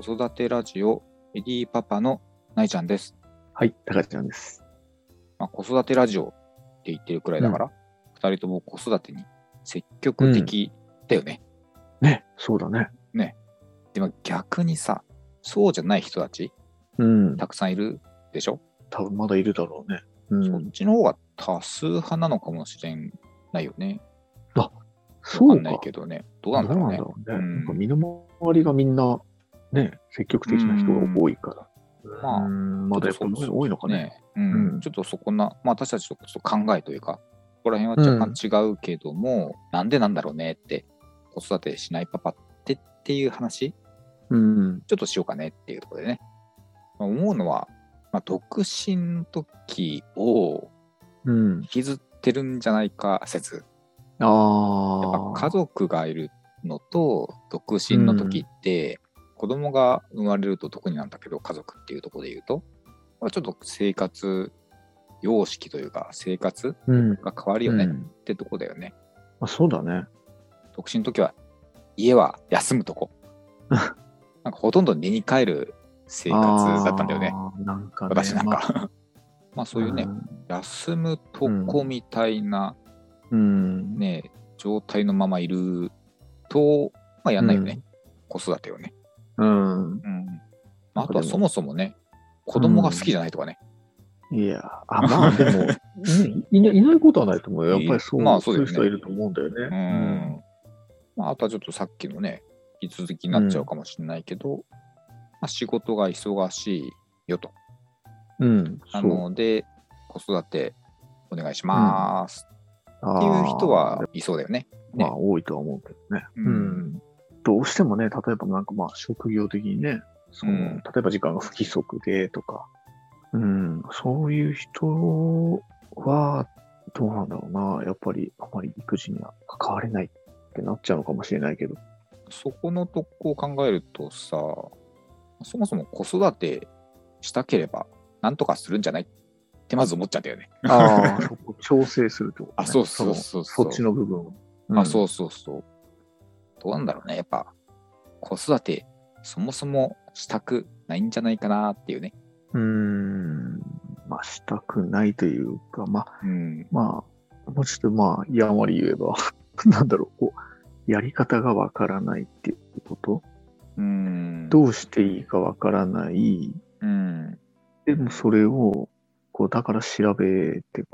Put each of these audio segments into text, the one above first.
子育てラジオエディパパのないちゃんです。 はい、たかちゃんです。 子育てラジオって言ってるくらいだから、二人とも子育てに積極的だよね。 ね、そうだね。 ね。でも逆にさ、そうじゃない人たち、たくさんいるでしょ？ 多分まだいるだろうね。 そっちの方が多数派なのかもしれないよね。 あ、そうか。 わかんないけどね。どうなんだろうね。 なんか身の回りがみんなね、積極的な人が多いから。まだやっぱ多いのかね。 ちょっとそこな、私たちと考えというか、ここら辺は若干違うけども、なんでなんだろうねって、子育てしないパパっていう話、ちょっとしようかねっていうところでね。思うのは、独身の時を引きずってるんじゃないか説。やっぱ家族がいるのと独身の時って、子供が生まれると特になんだけど、家族っていうところで言うと、ちょっと生活様式というか生活が変わるよねってとこだよね。 そうだね。 独身の時は家は休むとこ。なんかほとんど寝に帰る生活だったんだよね。 なんかね、 私なんか。そういうね、休むとこみたいな、ね、状態のままいると、やんないよね。子育てをね。あとはそもそもね、子供が好きじゃないとかね。 いや、でも、いないことはないと思うよ。やっぱりそういう人はいると思うんだよね。 あとはちょっとさっきのね、引き続きになっちゃうかもしれないけど、仕事が忙しいよと。なので、子育てお願いしますっていう人はいそうだよね。 多いとは思うけどね。どうしてもね、例えばなんか職業的にね、例えば時間が不規則でとか、そういう人はどうなんだろうな。やっぱりあまり育児には関われないってなっちゃうのかもしれないけど。 そこのとこを考えるとさ、そもそも子育てしたければなんとかするんじゃないってまず思っちゃったよね。 そこ調整するってことね。そっちの部分を。 そう。どうなんだろうね。やっぱ子育てそもそもしたくないんじゃないかなっていうね。 したくないというか、もうちょっとやんわり言えば、なんだろう、やり方がわからないっていうこと。どうしていいかわからない。でもそれを、だから調べて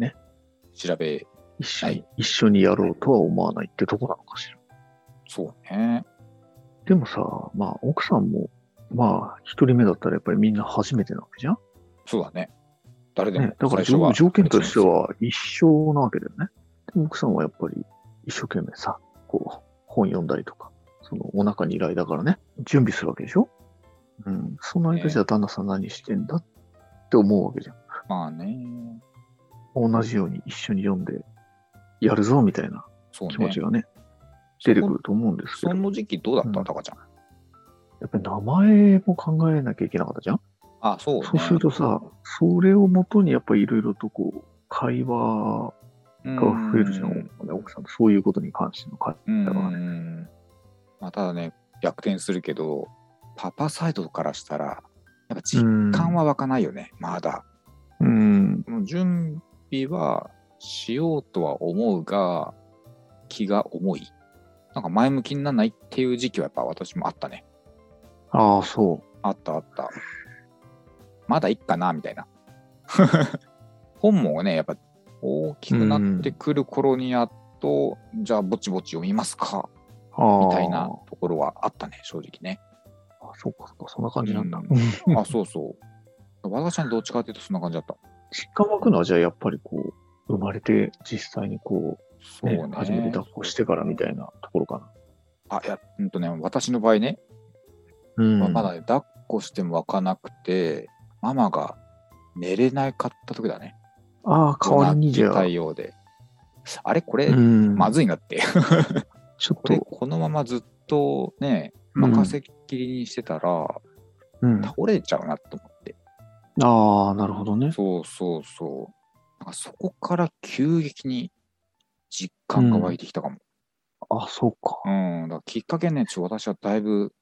一緒にやろうとは思わないってとこなのかしら。 そうね。 でもさ、奥さんも、一人目だったらやっぱりみんな初めてなわけじゃん？ そうだね。誰でも、 だから条件としては一緒なわけだよね。でも奥さんはやっぱり一生懸命さ、本読んだりとか、お腹にいる間からね、準備するわけでしょ？その間じゃ旦那さん何してんだって思うわけじゃん。同じように一緒に読んでやるぞみたいな気持ちがね、出てくると思うんですけど。 その時期どうだった、タカちゃん？ やっぱり名前も考えなきゃいけなかったじゃん？ そうね。 そうするとさ、それをもとにやっぱりいろいろと会話が増えるじゃん。奥さんとそういうことに関しての会話がね。 ただね、逆転するけど、パパサイドからしたら、やっぱ実感は湧かないよね、まだ。準備はしようとは思うが、気が重い。なんか前向きにならないっていう時期はやっぱ私もあったね。 そう。 あった。まだいっかなみたいな。本もね、やっぱ大きくなってくる頃にやっと、じゃあぼちぼち読みますかみたいなところはあったね、正直ね。 そうか、そんな感じなんだ。 そう。私はどっちかというとそんな感じだった。 実感湧くのはじゃあやっぱり生まれて実際に初めて抱っこしてからみたいなところかな。私の場合ね、まだ抱っこしても湧かなくて、ママが寝れなかった時だね。 代わりにじゃあ。 あれこれ、まずいなって。 ちょっと。 このままずっとね、任せっきりにしてたら、倒れちゃうなと思って。 なるほどね。 そう。なんかそこから急激に実感が湧いてきたかも。 そうか。 だからきっかけね、私はだいぶ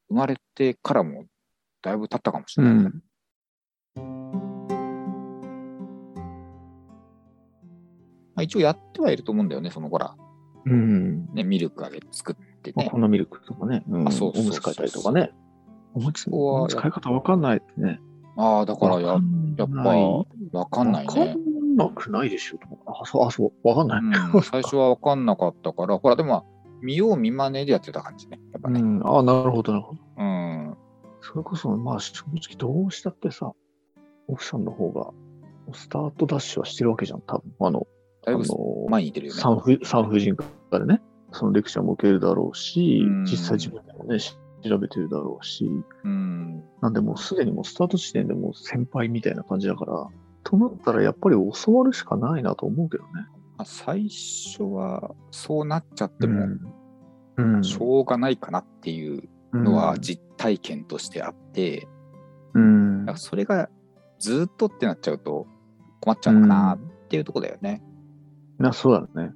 生まれてからもだいぶ経ったかもしれない。一応やってはいると思うんだよね、そのほら。ね、ミルクあげ作ってね。 このミルクとかね。おむつ替えたりとかね。おむつ替え方わかんないってね。 だからやっぱわかんないね。 わかんなくないでしょ。そう、わかんない。 最初はわかんなかったから、ほら、でも、見よう見まねでやってた感じね。やっぱね。 なるほど、なるほど。それこそ、正直どうしたってさ、奥さんの方が、スタートダッシュはしてるわけじゃん、多分。 だいぶ前にいてるよね。 産婦人科でね、そのレクチャーも受けるだろうし、実際自分でもね、調べてるだろうし、なんでもうすでにもうスタート地点でもう先輩みたいな感じだから、となったらやっぱり教わるしかないなと思うけどね。 最初はそうなっちゃっても、しょうがないかなっていうのは実体験としてあって、だからそれがずっとってなっちゃうと困っちゃうのかなっていうところだよね。 そうだね。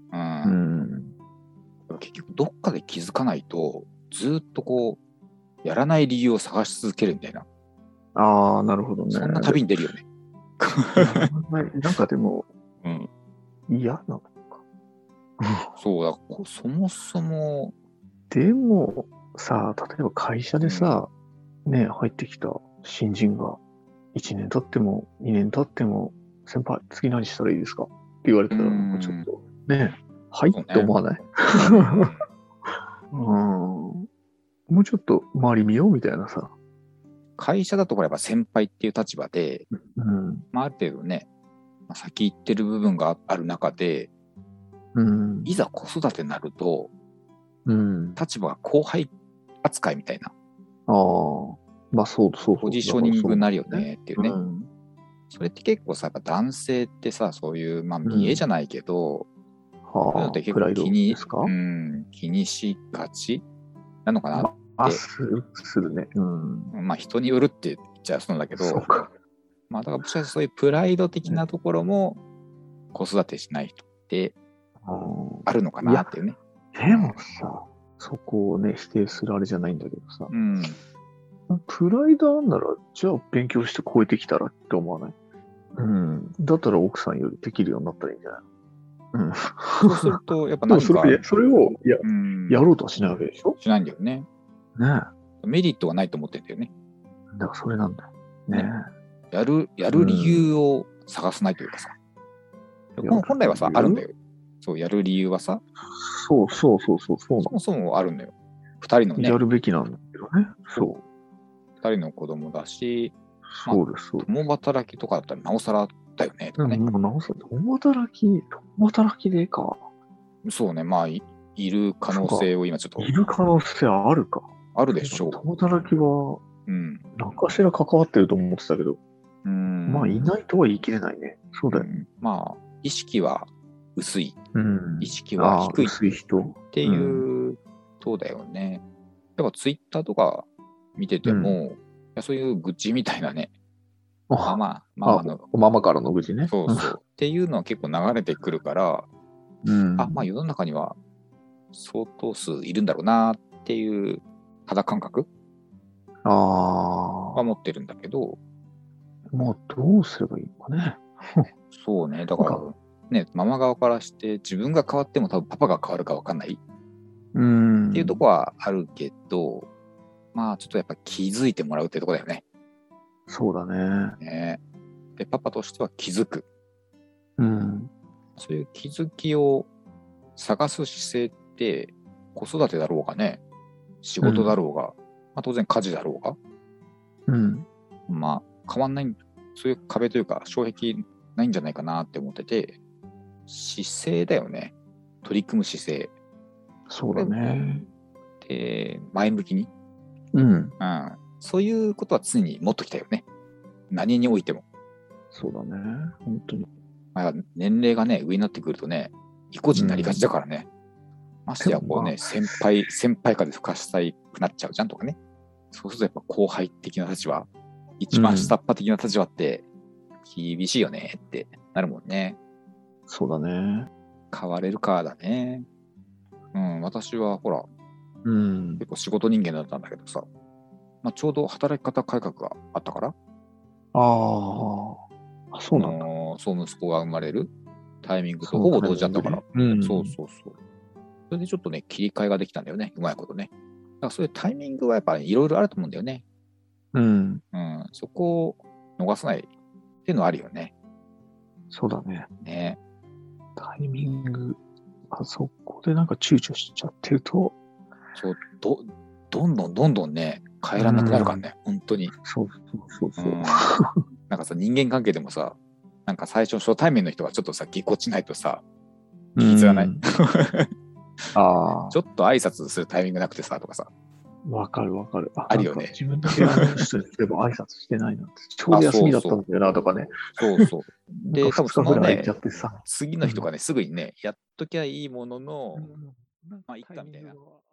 結局どっかで気づかないとずっとこうやらない理由を探し続けるみたいな。 なるほどね。 そんな旅に出るよね。 なんかでも、嫌なのか。 そうだ、そもそも。 でもさ、例えば会社でさ、入ってきた新人が1年経っても2年経っても、先輩、次何したらいいですかって言われたら、なんかちょっと、はいって思わない？もうちょっと周り見ようみたいなさ。 会社だとこれやっぱ先輩っていう立場で、ある程度ね、先行ってる部分がある中で、いざ子育てになると、立場が後輩扱いみたいな。 そう。 ポジショニングになるよねっていうね。それって結構さ、やっぱ男性ってさ、そういう、見栄じゃないけど、そういうのって結構気にしがちなのかなって。 するね。 人によるって言っちゃそうなんだけど、だからもしかしたらそういうプライド的なところも子育てしない人ってあるのかなっていうね。 でもさ、そこをね、否定するあれじゃないんだけどさ、プライドあんなら、じゃあ勉強して超えてきたらって思わない？だったら奥さんよりできるようになったらいいんじゃない？ そうすると、やっぱ何かそれをやろうとはしないわけでしょ？ しないんだよね。メリットがないと思ってんだよね。 だからそれなんだよ。ね。 やる理由を探さないというかさ。本来はさ、あるんだよ。そう、やる理由はさ。 そう。そもそもあるんだよ。2人のね。 やるべきなんだけどね。そう。 2人の子供だし、 そうです。 共働きとかだったらなおさらだよね。 もうなおさら共働きでか。 そうね、いる可能性を今ちょっと。 いる可能性あるか。 あるでしょう。 共働きは、何かしら関わってると思ってたけど、いないとは言い切れないね。そうだよね。 意識は薄い。意識は低い。 薄い人っていう、そうだよね。だからツイッターとか見てても、そういう愚痴みたいなね。ママからの愚痴ね。 そう。っていうのは結構流れてくるから、世の中には相当数いるんだろうなっていう肌感覚は持ってるんだけど、 もうどうすればいいのかね。 そうね、だからね、ママ側からして自分が変わっても多分パパが変わるか分かんないっていうとこはあるけど、ちょっとやっぱ気づいてもらうってとこだよね。 そうだね。 で、パパとしては気づく。そういう気づきを探す姿勢って、子育てだろうがね、仕事だろうが、当然家事だろうが、変わんない、そういう壁というか、障壁ないんじゃないかなって思ってて、姿勢だよね。取り組む姿勢。 そうだね。 で、前向きに。そういうことは常に持っときたいよね。何においても。 そうだね。本当に。 年齢がね、上になってくるとね、意固地になりがちだからね。ましてやこうね、先輩風吹かしたいくなっちゃうじゃんとかね。そうするとやっぱ後輩的な立場、一番下っ端的な立場って厳しいよねってなるもんね。 そうだね。 変われるかだね。私はほら、結構仕事人間だったんだけどさ、 まあ、ちょうど働き方改革があったから、 ああ、そうなんだ。 そう息子が生まれるタイミングとほぼ同時だったから、そうそうそう。それでちょっとね、切り替えができたんだよね、うまいことね。だからそういうタイミングはやっぱりいろいろあると思うんだよね。そこを逃さないっていうのはあるよね。 そうだね。 ね。 タイミング、そこでなんか躊躇しちゃってると。 そう、どんどんね、変えらんなくなるからね、本当に。 そう。 なんかさ、人間関係でもさ、なんか最初初対面の人がちょっとさ、ぎこちないとさ、気づかない。ちょっと挨拶するタイミングなくてさ、とかさ。 わかる。 あるよね。 自分だけ人にすれば挨拶してないなんて、ちょうど休みだったんだよなとかね。 そう。で、多分そのね、次の人がね、すぐにね、やっときゃいいものの、まあ、いっかみたいな。